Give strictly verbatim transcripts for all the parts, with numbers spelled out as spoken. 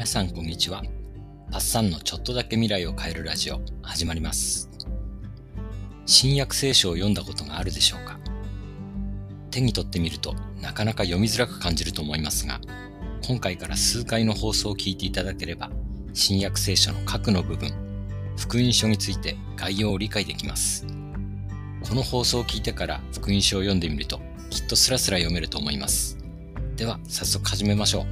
皆さんこんにちは。パッサンのちょっとだけ未来を変えるラジオ始まります。新約聖書を読んだことがあるでしょうか？手に取ってみるとなかなか読みづらく感じると思いますが、今回から数回の放送を聞いていただければ、新約聖書の核の部分、福音書について概要を理解できます。この放送を聞いてから福音書を読んでみると、きっとスラスラ読めると思います。では早速始めましょう。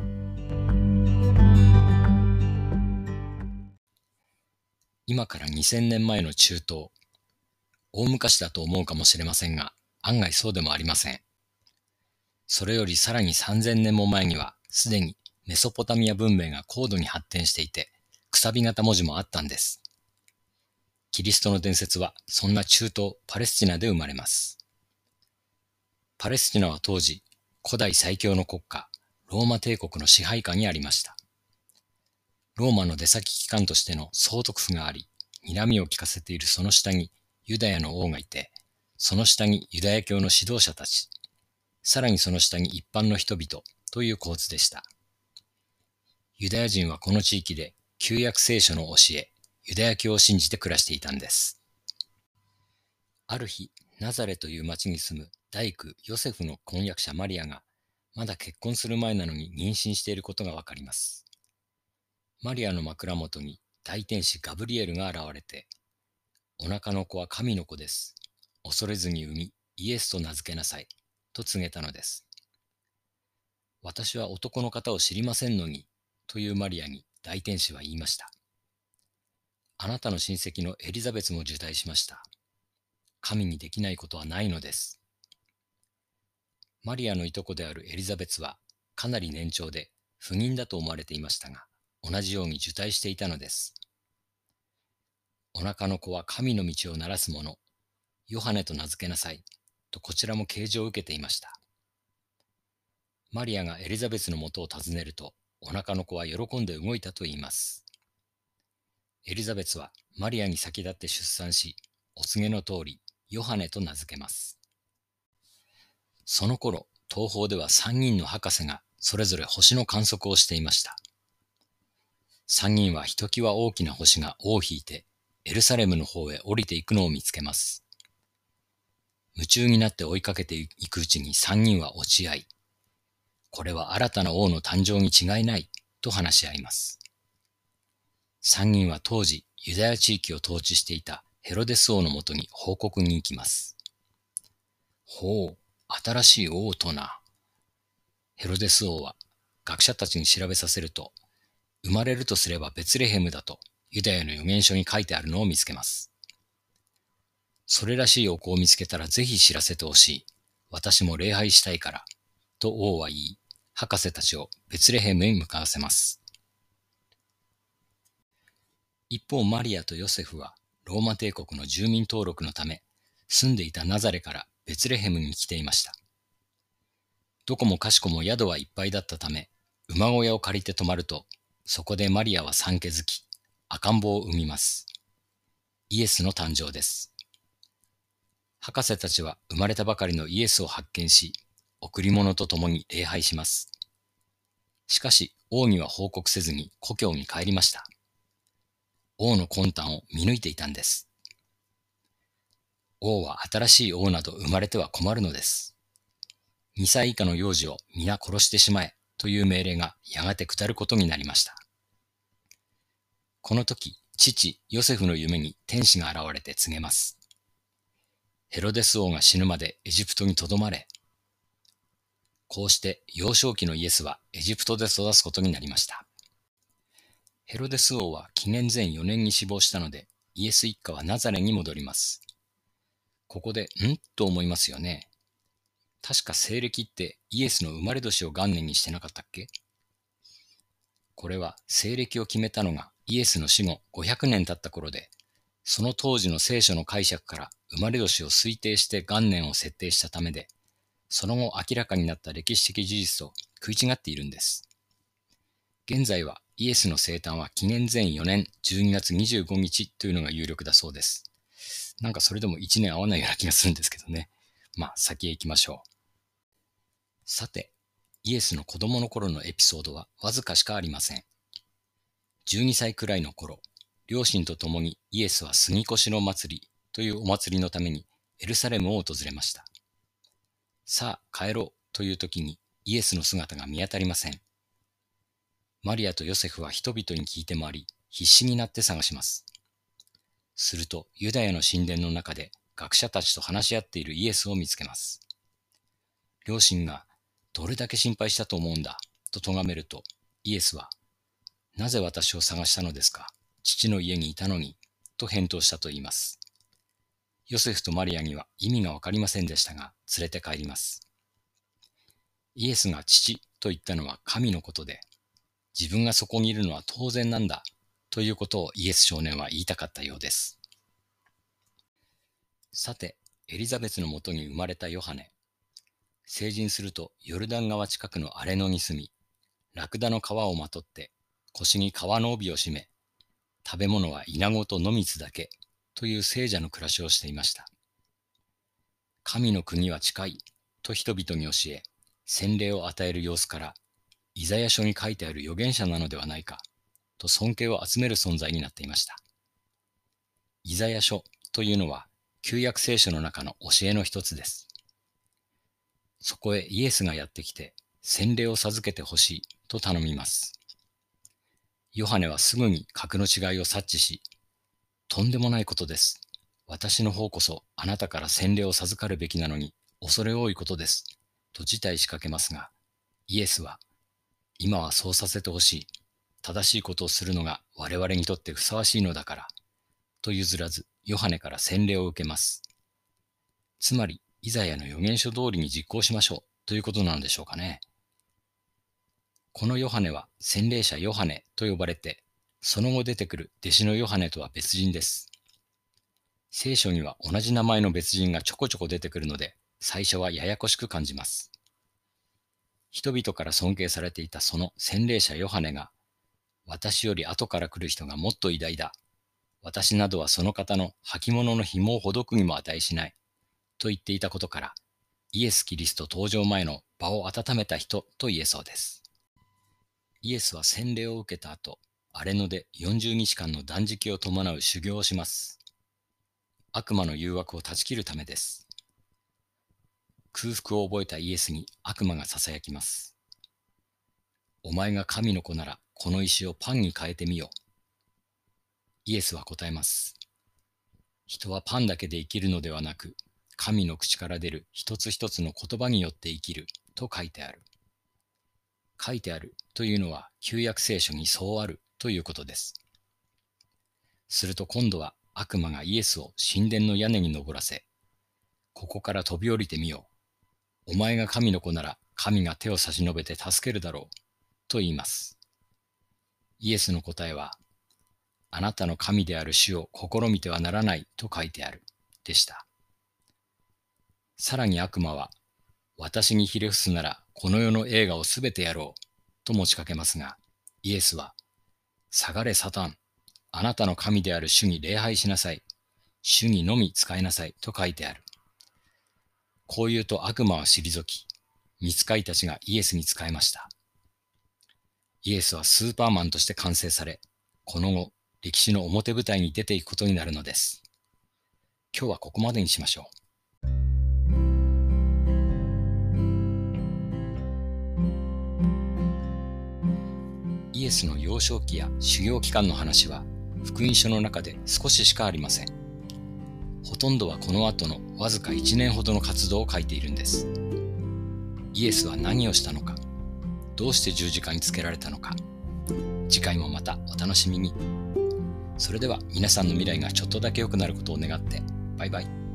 今からにせんねんまえの中東、大昔だと思うかもしれませんが、案外そうでもありません。それよりさらにさんぜんねんも前には、すでにメソポタミア文明が高度に発展していて、くさび型文字もあったんです。キリストの伝説は、そんな中東パレスチナで生まれます。パレスチナは当時、古代最強の国家、ローマ帝国の支配下にありました。ローマの出先機関としての総督府があり、睨みを利かせているその下にユダヤの王がいて、その下にユダヤ教の指導者たち、さらにその下に一般の人々という構図でした。ユダヤ人はこの地域で旧約聖書の教え、ユダヤ教を信じて暮らしていたんです。ある日、ナザレという町に住む大工ヨセフの婚約者マリアが、まだ結婚する前なのに妊娠していることがわかります。マリアの枕元に大天使ガブリエルが現れて、お腹の子は神の子です。恐れずに産み、イエスと名付けなさい。と告げたのです。私は男の方を知りませんのに、というマリアに大天使は言いました。あなたの親戚のエリザベスも受胎しました。神にできないことはないのです。マリアのいとこであるエリザベスはかなり年長で不妊だと思われていましたが、同じように受胎していたのです。お腹の子は神の道をならす者、ヨハネと名付けなさい、とこちらも啓示を受けていました。マリアがエリザベスのもとを訪ねると、お腹の子は喜んで動いたと言います。エリザベスはマリアに先立って出産し、お告げの通り、ヨハネと名付けます。その頃、東方では三人の博士がそれぞれ星の観測をしていました。三人はひときわ大きな星が尾を引いて、エルサレムの方へ降りていくのを見つけます。夢中になって追いかけていくうちに三人は落ち合い、これは新たな王の誕生に違いないと話し合います。三人は当時ユダヤ地域を統治していたヘロデス王のもとに報告に行きます。ほう、新しい王とな。ヘロデス王は学者たちに調べさせると、生まれるとすればベツレヘムだとユダヤの預言書に書いてあるのを見つけます。それらしいお子を見つけたらぜひ知らせてほしい。私も礼拝したいから。と王は言い、博士たちをベツレヘムへ向かわせます。一方マリアとヨセフはローマ帝国の住民登録のため、住んでいたナザレからベツレヘムに来ていました。どこもかしこも宿はいっぱいだったため、馬小屋を借りて泊まると、そこでマリアは産気づき、赤ん坊を産みます。イエスの誕生です。博士たちは生まれたばかりのイエスを発見し、贈り物とともに礼拝します。しかし、王には報告せずに故郷に帰りました。王の魂胆を見抜いていたんです。王は新しい王など生まれては困るのです。にさい以下の幼児を皆殺してしまえという命令がやがて下ることになりました。この時、父ヨセフの夢に天使が現れて告げます。ヘロデス王が死ぬまでエジプトにとどまれ。こうして幼少期のイエスはエジプトで育つことになりました。ヘロデス王は紀元前よねんに死亡したので、イエス一家はナザレに戻ります。ここで、んと思いますよね。確か西暦ってイエスの生まれ年を元年にしてなかったっけ？これは西暦を決めたのがイエスの死後ごひゃくねん経った頃で、その当時の聖書の解釈から生まれ年を推定して元年を設定したためで、その後明らかになった歴史的事実と食い違っているんです。現在はイエスの生誕は紀元前よねんじゅうにがつにじゅうごにちというのが有力だそうです。なんかそれでもいちねん合わないような気がするんですけどね。まあ先へ行きましょう。さて、イエスの子供の頃のエピソードはわずかしかありません。 じゅうにさいくらいの頃、両親と共にイエスは杉越の祭りというお祭りのためにエルサレムを訪れました。さあ帰ろうという時にイエスの姿が見当たりません。マリアとヨセフは人々に聞いて回り、必死になって探します。するとユダヤの神殿の中で学者たちと話し合っているイエスを見つけます。両親がどれだけ心配したと思うんだと咎めると、イエスは、なぜ私を探したのですか、父の家にいたのに、と返答したと言います。ヨセフとマリアには意味がわかりませんでしたが、連れて帰ります。イエスが父と言ったのは神のことで、自分がそこにいるのは当然なんだ、ということをイエス少年は言いたかったようです。さて、エリザベスのもとに生まれたヨハネ。成人するとヨルダン川近くの荒れ野に住み、ラクダの皮をまとって腰に革の帯を締め、食べ物は稲子と野水だけという聖者の暮らしをしていました。神の国は近いと人々に教え、洗礼を与える様子から、イザヤ書に書いてある預言者なのではないかと尊敬を集める存在になっていました。イザヤ書というのは旧約聖書の中の教えの一つです。そこへイエスがやってきて、洗礼を授けてほしいと頼みます。ヨハネはすぐに格の違いを察知し、とんでもないことです。私の方こそあなたから洗礼を授かるべきなのに恐れ多いことです。と辞退しかけますが、イエスは、今はそうさせてほしい。正しいことをするのが我々にとってふさわしいのだから。と譲らず、ヨハネから洗礼を受けます。つまり、イザヤの預言書通りに実行しましょうということなのでしょうかね。このヨハネは洗礼者ヨハネと呼ばれて、その後出てくる弟子のヨハネとは別人です。聖書には同じ名前の別人がちょこちょこ出てくるので、最初はややこしく感じます。人々から尊敬されていたその洗礼者ヨハネが、私より後から来る人がもっと偉大だ。私などはその方の履物の紐をほどくにも値しない。と言っていたことから、イエス・キリスト登場前の場を温めた人と言えそうです。イエスは洗礼を受けた後、荒れ野でよんじゅうにちかんの断食を伴う修行をします。悪魔の誘惑を断ち切るためです。空腹を覚えたイエスに悪魔が囁きます。お前が神の子ならこの石をパンに変えてみよう。イエスは答えます。人はパンだけで生きるのではなく、神の口から出る一つ一つの言葉によって生きると書いてある。書いてあるというのは旧約聖書にそうあるということです。すると今度は悪魔がイエスを神殿の屋根に登らせ、ここから飛び降りてみよう。お前が神の子なら神が手を差し伸べて助けるだろうと言います。イエスの答えは、あなたの神である主を試みてはならないと書いてあるでした。さらに悪魔は、私にひれ伏すならこの世の栄華をすべてやろうと持ちかけますが、イエスは、下がれサタン、あなたの神である主に礼拝しなさい、主にのみ仕えなさいと書いてある。こう言うと悪魔は退き、御使いたちがイエスに仕えました。イエスはスーパーマンとして完成され、この後、歴史の表舞台に出ていくことになるのです。今日はここまでにしましょう。イエスの幼少期や修行期間の話は福音書の中で少ししかありません。ほとんどはこの後のわずかいちねんほどの活動を書いているんです。イエスは何をしたのか、どうして十字架につけられたのか、次回もまたお楽しみに。それでは皆さんの未来がちょっとだけ良くなることを願って、バイバイ。